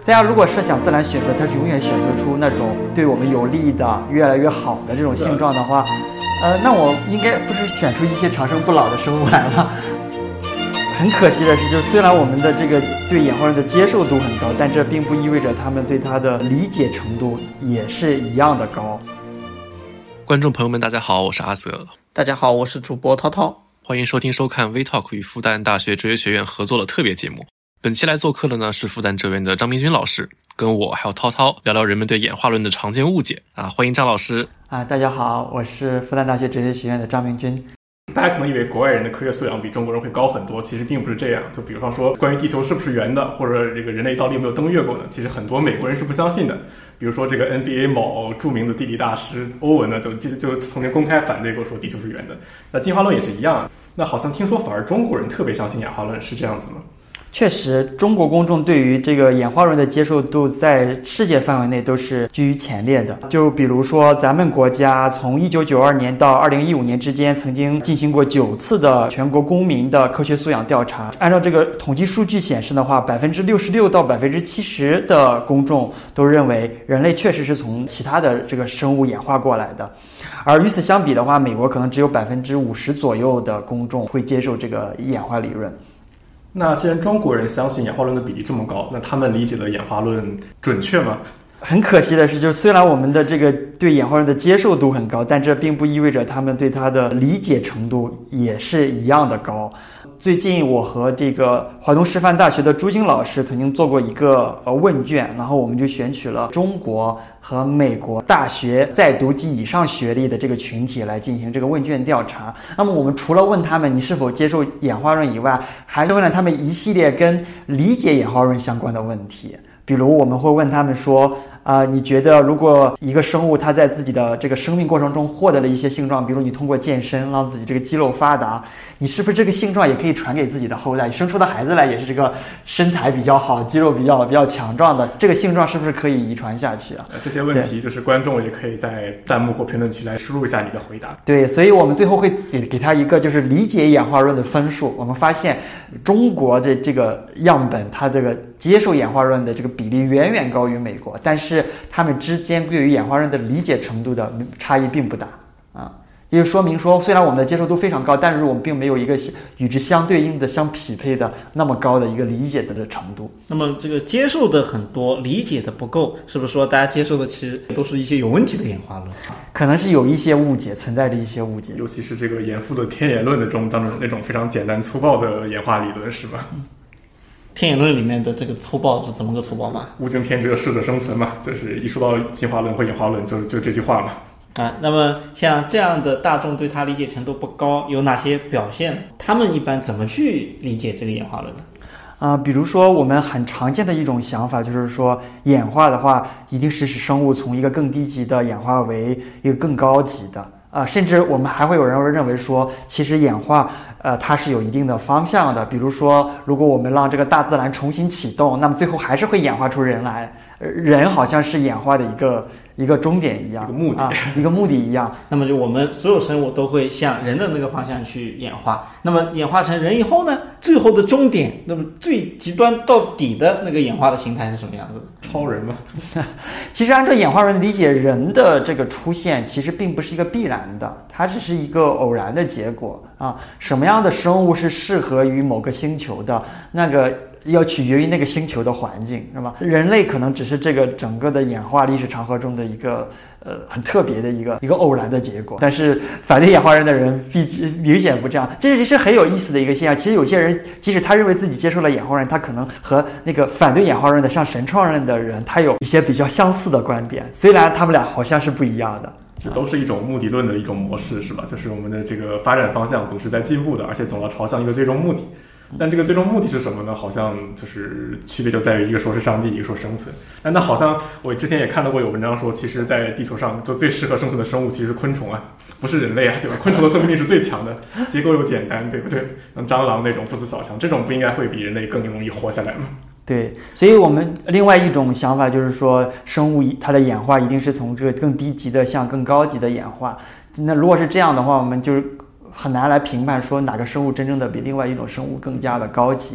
大家如果设想自然选择，它是永远选择出那种对我们有利的、越来越好的这种性状的话，那我应该不是选出一些长生不老的生物来吗？很可惜的是，就虽然我们的这个对演化论的接受度很高，但这并不意味着他们对它的理解程度也是一样的高。 观众朋友们，大家好，我是阿泽。 大家好，我是主播涛涛。 欢迎收听收看 WeTalk 与复旦大学哲学学院合作的特别节目。本期来做客的呢是复旦哲院的张明军老师，跟我还有涛涛聊聊人们对演化论的常见误解啊！欢迎张老师大家好，我是复旦大学哲学学院的张明军。 大家可能以为国外人的科学素养比中国人会高很多，其实并不是这样。就比方说关于地球是不是圆的，或者这个人类到底有没有登月过呢？其实很多美国人是不相信的。比如说这个 NBA 某著名的地理大师欧文呢，就曾经公开反对过说地球是圆的。那进化论也是一样。那好像听说反而中国人特别相信演化论，是这样子吗？ 确实，中国公众对于这个演化论的接受度在世界范围内都是居于前列的。就比如说，咱们国家从1992年到2015年之间，曾经进行过9次的全国公民的科学素养调查。按照这个统计数据显示的话，66%到70%的公众都认为人类确实是从其他的这个生物演化过来的。而与此相比的话，美国可能只有50%左右的公众会接受这个演化理论。 那既然中国人相信演化论的比例这么高，那他们理解的演化论准确吗？ 很可惜的是，就虽然我们的这个对演化论的接受度很高，但这并不意味着他们对它的理解程度也是一样的高。最近我和这个华东师范大学的朱晶老师曾经做过一个问卷，然后我们就选取了中国和美国大学在读及以上学历的这个群体来进行这个问卷调查。那么我们除了问他们你是否接受演化论以外，还问了他们一系列跟理解演化论相关的问题。比如我们会问他们说你觉得如果一个生物它在自己的这个生命过程中获得了一些性状，比如你通过健身让自己这个肌肉发达，你是不是这个性状也可以传给自己的后代？你生出的孩子来也是这个身材比较好、肌肉比较强壮的，这个性状是不是可以遗传下去啊？ 这些问题就是观众也可以在弹幕或评论区来输入一下你的回答。 对，所以我们最后会给他一个就是理解演化论的分数。我们发现中国的这个样本，它这个接受演化论的这个比例远远高于美国，但是他们之间对于演化论的理解程度的差异并不大也就说明说，虽然我们的接受度非常高，但是我们并没有一个与之相对应的、相匹配的那么高的一个理解的程度。 那么这个接受的很多，理解的不够，是不是说大家接受的其实都是一些有问题的演化论？ 可能是有一些误解，存在着一些误解， 尤其是这个严复的天演论的当中那种非常简单粗暴的演化理论，是吧？ 天演论里面的这个粗暴是怎么个粗暴嘛？ 物竞天择，适者生存嘛，就是一说到进化论或演化论就这句话嘛。 那么像这样的大众对它理解程度不高，有哪些表现？他们一般怎么去理解这个演化论呢？ 比如说我们很常见的一种想法就是说，演化的话一定是使生物从一个更低级的演化为一个更高级的甚至我们还会有人认为说，其实演化它是有一定的方向的。比如说，如果我们让这个大自然重新启动，那么最后还是会演化出人来。人好像是演化的一个终点一样，一个目的一样。 那么就我们所有生物都会向人的那个方向去演化。那么演化成人以后呢，最后的终点，那么最极端到底的那个演化的形态是什么样子？ 超人吗？ 其实按照演化论理解，人的这个出现其实并不是一个必然的，它只是一个偶然的结果什么样的生物是适合于某个星球的，那个要取决于那个星球的环境，是吧？人类可能只是这个整个的演化历史长河中的一个很特别的一个偶然的结果。但是反对演化论的人明显不这样，这是很有意思的一个现象。其实有些人即使他认为自己接受了演化论，他可能和那个反对演化论的像神创论的人，他有一些比较相似的观点，虽然他们俩好像是不一样的。 这都是一种目的论的一种模式，是吧？就是我们的这个发展方向总是在进步的，而且总要朝向一个最终目的。但这个最终目的是什么呢？好像就是区别就在于一个说是上帝，一个说生存。那好像我之前也看到过有文章说，其实在地球上就最适合生存的生物其实是昆虫不是人类对吧？昆虫的生命力是最强的，结构又简单，对不对？像蟑螂那种不死小强，这种不应该会比人类更容易活下来吗？ 对，所以我们另外一种想法就是说，生物它的演化一定是从这个更低级的向更高级的演化。那如果是这样的话，我们就很难来评判说哪个生物真正的比另外一种生物更加的高级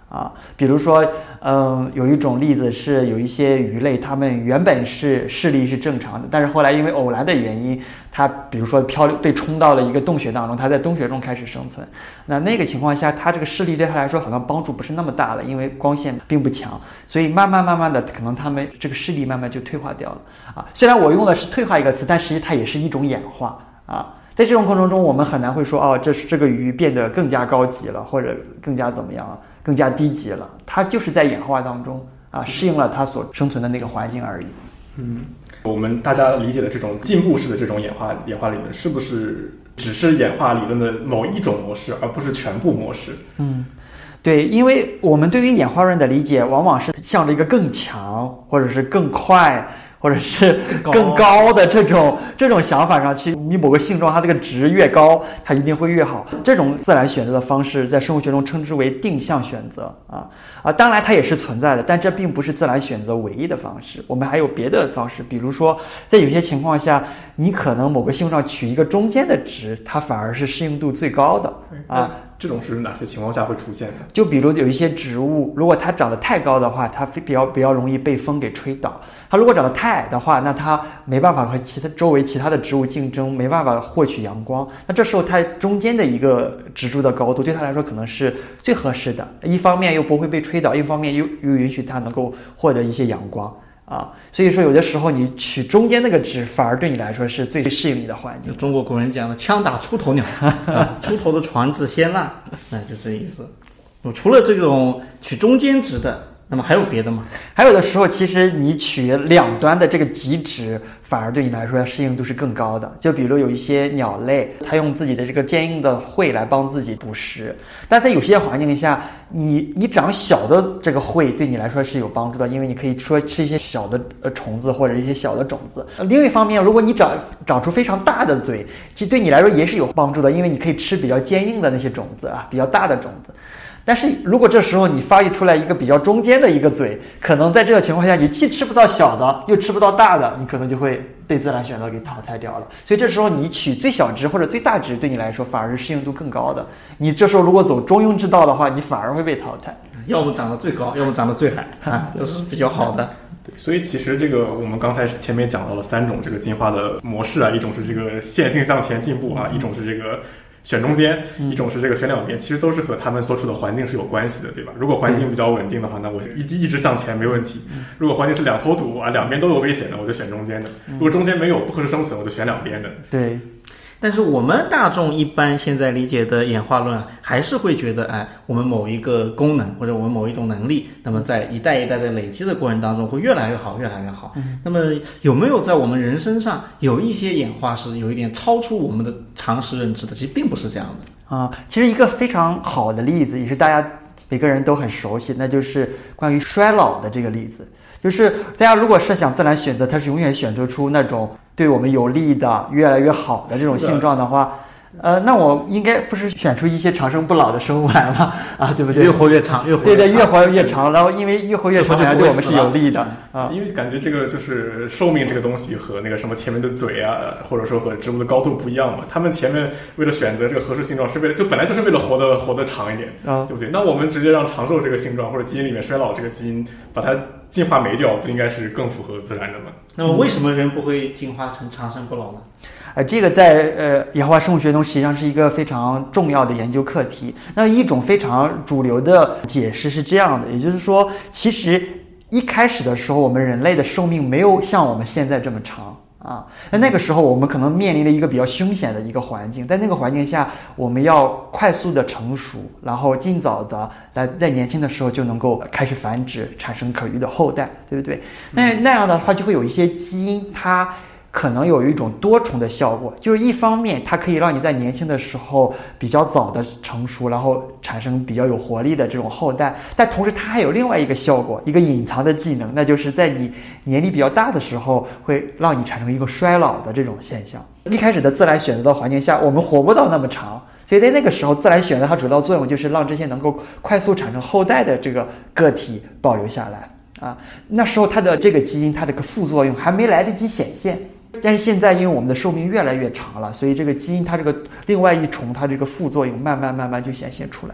啊。比如说，有一种例子是有一些鱼类，它们原本视力是正常的，但是后来因为偶然的原因，它比如说被冲到了一个洞穴当中，它在洞穴中开始生存。那个情况下，它这个视力对它来说好像帮助不是那么大了，因为光线并不强，所以慢慢的，可能它们这个视力慢慢就退化掉了啊。虽然我用的是退化一个词，但实际它也是一种演化啊。在这种过程中，我们很难会说这个鱼变得更加高级了，或者更加怎么样，更加低级了。它就是在演化当中适应了它所生存的那个环境而已。 我们大家理解的这种进步式的这种演化理论，是不是只是演化理论的某一种模式，而不是全部模式？ 对，因为我们对于演化论的理解，往往是向着一个更强，或者是更快，或者是更高的这种想法上去。你某个性状它这个值越高，它一定会越好。这种自然选择的方式，在生物学中称之为定向选择当然它也是存在的，但这并不是自然选择唯一的方式。我们还有别的方式，比如说在有些情况下，你可能某个性状取一个中间的值，它反而是适应度最高的这种是哪些情况下会出现的？ 就比如有一些植物，如果它长得太高的话，它比较容易被风给吹倒；它如果长得太矮的话，那它没办法和周围其他的植物竞争，没办法获取阳光。那这时候它中间的一个植株的高度对它来说可能是最合适的，一方面又不会被吹倒，一方面又允许它能够获得一些阳光。所以说有的时候你取中间那个值，反而对你来说是最适应你的环境。 中国古人讲的枪打出头鸟出头的船子先烂，就这意思。除了这种取中间值的，那么还有别的吗？ 还有的时候，其实你取两端的这个极值，反而对你来说适应度是更高的。就比如有一些鸟类，它用自己的这个坚硬的喙来帮自己捕食，但在有些环境下，你长小的这个喙对你来说是有帮助的，因为你可以说吃一些小的虫子或者一些小的种子。另一方面，如果你长出非常大的嘴，其实对你来说也是有帮助的，因为你可以吃比较坚硬的那些种子比较大的种子。但是如果这时候你发育出来一个比较中间的一个嘴，可能在这个情况下你既吃不到小的又吃不到大的，你可能就会被自然选择给淘汰掉了。所以这时候你取最小值或者最大值，对你来说反而是适应度更高的。你这时候如果走中庸之道的话，你反而会被淘汰。 要么长得最高，要么长得最矮这是比较好的。 对，所以其实这个我们刚才前面讲到了3种这个进化的模式一种是这个线性向前进步一种是这个选中间，一种是这个选两边，其实都是和他们所处的环境是有关系的，对吧？如果环境比较稳定的话，那我一直向前没问题。如果环境是两头堵两边都有危险的，我就选中间的。如果中间没有不合适生存，我就选两边的。 对。 但是我们大众一般现在理解的演化论还是会觉得我们某一个功能或者我们某一种能力，那么在一代一代的累积的过程当中会越来越好越来越好。那么有没有在我们人身上有一些演化是有一点超出我们的常识认知的？其实并不是这样的其实一个非常好的例子也是大家每个人都很熟悉，那就是关于衰老的这个例子。就是大家如果设想自然选择它是永远选择出那种对我们有利的越来越好的这种性状的话，那我应该不是选出一些长生不老的生物来吗？对不对？ 越活越长，越活越长，然后因为越活越长好像对我们是有利的因为感觉这个就是寿命这个东西和那个什么前面的嘴或者说和植物的高度不一样嘛。他们前面为了选择这个合适性状是为了本来就是为了活得长一点对不对？那我们直接让长寿这个性状或者基因里面衰老这个基因把它进化没掉，不应该是更符合自然的吗？ 那么为什么人不会进化成长生不老呢？ 这个在演化生物学中实际上是一个非常重要的研究课题。那一种非常主流的解释是这样的，也就是说，其实一开始的时候，我们人类的寿命没有像我们现在这么长那个时候我们可能面临了一个比较凶险的一个环境，在那个环境下，我们要快速的成熟，然后尽早的来在年轻的时候就能够开始繁殖，产生可育的后代，对不对？那样的话就会有一些基因它可能有一种多重的效果，就是一方面它可以让你在年轻的时候比较早的成熟，然后产生比较有活力的这种后代，但同时它还有另外一个效果，一个隐藏的技能，那就是在你年龄比较大的时候会让你产生一个衰老的这种现象。一开始的自然选择的环境下，我们活不到那么长，所以在那个时候自然选择它主要作用就是让这些能够快速产生后代的这个个体保留下来那时候它的这个基因它这个副作用还没来得及显现。但是现在因为我们的寿命越来越长了，所以这个基因它这个另外一重它这个副作用慢慢就显现出来了。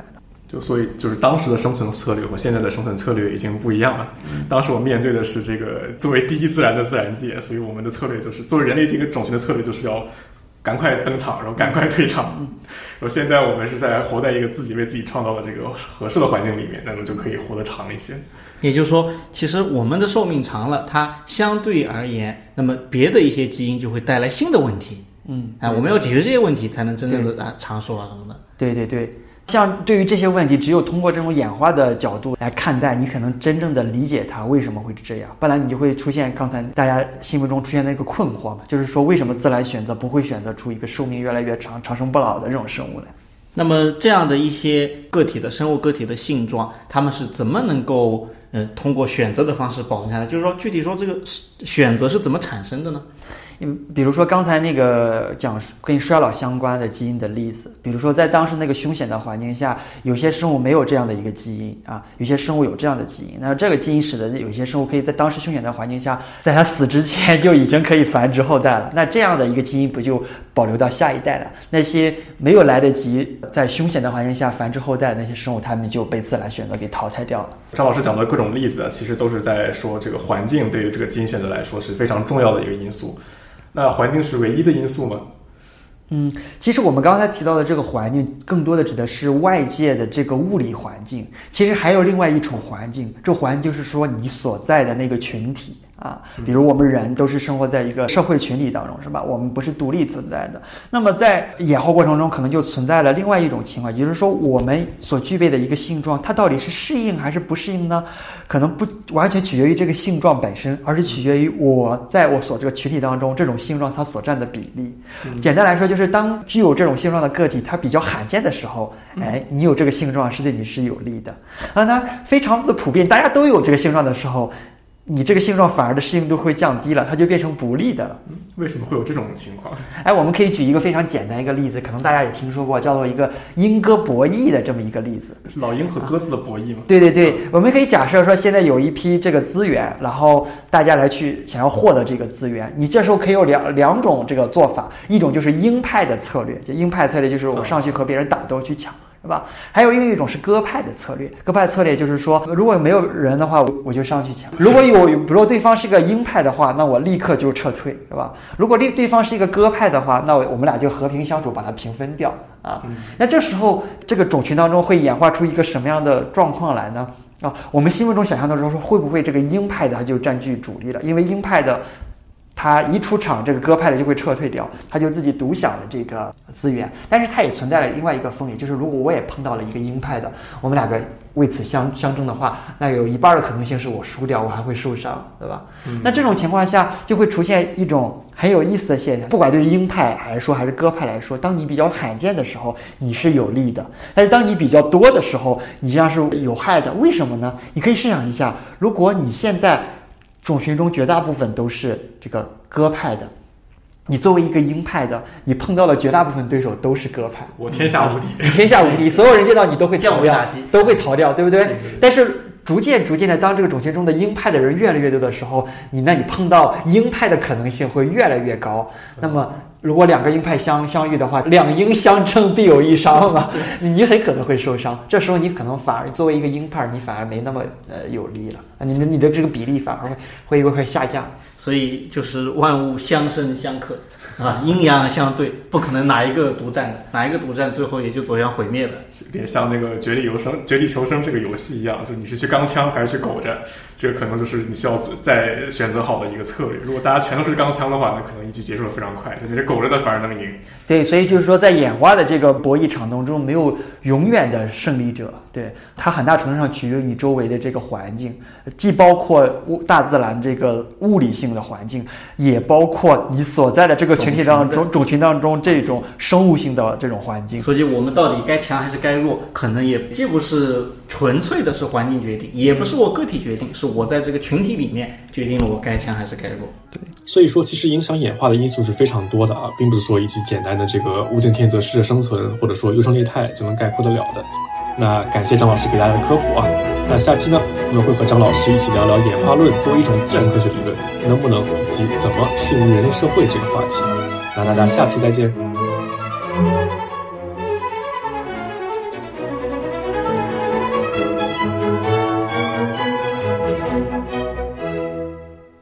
所以就是当时的生存策略和现在的生存策略已经不一样了。当时我面对的是这个作为第一自然的自然界，所以我们的策略就是作为人类这个种群的策略就是要赶快登场，然后赶快退场。然后现在我们是活在一个自己为自己创造的这个合适的环境里面，那么就可以活得长一些。 也就是说，其实我们的寿命长了，它相对而言，那么别的一些基因就会带来新的问题。我们要解决这些问题，才能真正的长寿啊什么的。 对对对。像对于这些问题，只有通过这种演化的角度来看待，你可能真正的理解它为什么会这样，不然你就会出现刚才大家心目中出现的一个困惑嘛，就是说为什么自然选择不会选择出一个寿命越来越长、长生不老的这种生物来？ 那么这样的一些生物个体的性状，他们是怎么能够通过选择的方式保存下来？就是说，具体说这个选择是怎么产生的呢？ 比如说刚才那个讲跟衰老相关的基因的例子，比如说在当时那个凶险的环境下，有些生物没有这样的一个基因啊，有些生物有这样的基因，那这个基因使得有些生物可以在当时凶险的环境下，在它死之前就已经可以繁殖后代了，那这样的一个基因不就保留到下一代了？那些没有来得及在凶险的环境下繁殖后代的那些生物，它们就被自然选择给淘汰掉了。 张老师讲的各种例子其实都是在说这个环境对于这个基因选择来说是非常重要的一个因素。那环境是唯一的因素吗？ 其实我们刚才提到的这个环境，更多的指的是外界的这个物理环境。其实还有另外一种环境，这环境就是说你所在的那个群体啊，比如我们人都是生活在一个社会群体当中，是吧？我们不是独立存在的。那么在演化过程中，可能就存在了另外一种情况，也就是说，我们所具备的一个性状，它到底是适应还是不适应呢？可能不完全取决于这个性状本身，而是取决于在我所这个群体当中，这种性状它所占的比例。简单来说，就是当具有这种性状的个体它比较罕见的时候，你有这个性状是对你是有利的。那非常的普遍，大家都有这个性状的时候，你这个性状反而的适应度会降低了，它就变成不利的了。 为什么会有这种情况？ 我们可以举一个非常简单一个例子，可能大家也听说过，叫做一个鹰鸽博弈的这么一个例子。 老鹰和鸽子的博弈吗？ 对对对，我们可以假设说，现在有一批这个资源，然后大家来去想要获得这个资源，你这时候可以有两种这个做法，一种就是鹰派的策略，就鹰派策略就是我上去和别人打斗去抢。是吧？还有另一种是鸽派的策略，鸽派策略就是说，如果没有人的话，我就上去抢；如果比如对方是个鹰派的话，那我立刻就撤退，是吧？如果对方是一个鸽派的话，那我们俩就和平相处，把它平分掉啊。那这时候这个种群当中会演化出一个什么样的状况来呢？我们心目中想象的时候说，会不会这个鹰派的它就占据主力了？因为鹰派的他一出场，这个鸽派的就会撤退掉，他就自己独享了这个资源。但是他也存在了另外一个风险，就是如果我也碰到了一个鹰派的，我们两个为此相争的话，那有一半的可能性是我输掉，我还会受伤，对吧？那这种情况下就会出现一种很有意思的现象，不管对于鹰派来说还是鸽派来说，当你比较罕见的时候，你是有利的；但是当你比较多的时候，你实际上是有害的。为什么呢？你可以试想一下，如果你现在种群中绝大部分都是这个鸽派的，你作为一个鹰派的，你碰到了绝大部分对手都是鸽派， 我天下无敌， 天下无敌，所有人见到你都会逃掉，都会逃掉，对不对？但是逐渐的，当这个种群中的鹰派的人越来越多的时候，你碰到鹰派的可能性会越来越高。那么如果两个鹰派相遇的话，两鹰相争必有一伤嘛，你很可能会受伤。这时候你可能反而作为一个鹰派，你反而没那么有利了，你的这个比例反而会下降。 所以就是万物相生相克啊，阴阳相对，不可能哪一个独占的，哪一个独占最后也就走向毁灭了。 也像那个绝地求生这个游戏一样，就你是去钢枪还是去狗战，这个可能就是你需要再选择好的一个策略。如果大家全都是钢枪的话，那可能一局结束的非常快，就你这狗着的反而能赢。 对，所以就是说，在演化的这个博弈场当中，没有永远的胜利者。对，它很大程度上取决于你周围的这个环境，既包括大自然这个物理性的环境，也包括你所在的这个群体当中、种群当中这种生物性的这种环境。 所以我们到底该强还是该弱，可能也既不是纯粹的是环境决定，也不是我个体决定，是我在这个群体里面决定了我该强还是该弱。 对，所以说其实影响演化的因素是非常多的啊，并不是说一句简单的这个物竞天择适者生存，或者说优胜劣汰就能概括得了的。那感谢张老师给大家的科普啊。那下期呢，我们会和张老师一起聊聊演化论作为一种自然科学理论能不能以及怎么适用于人类社会这个话题。那大家下期再见。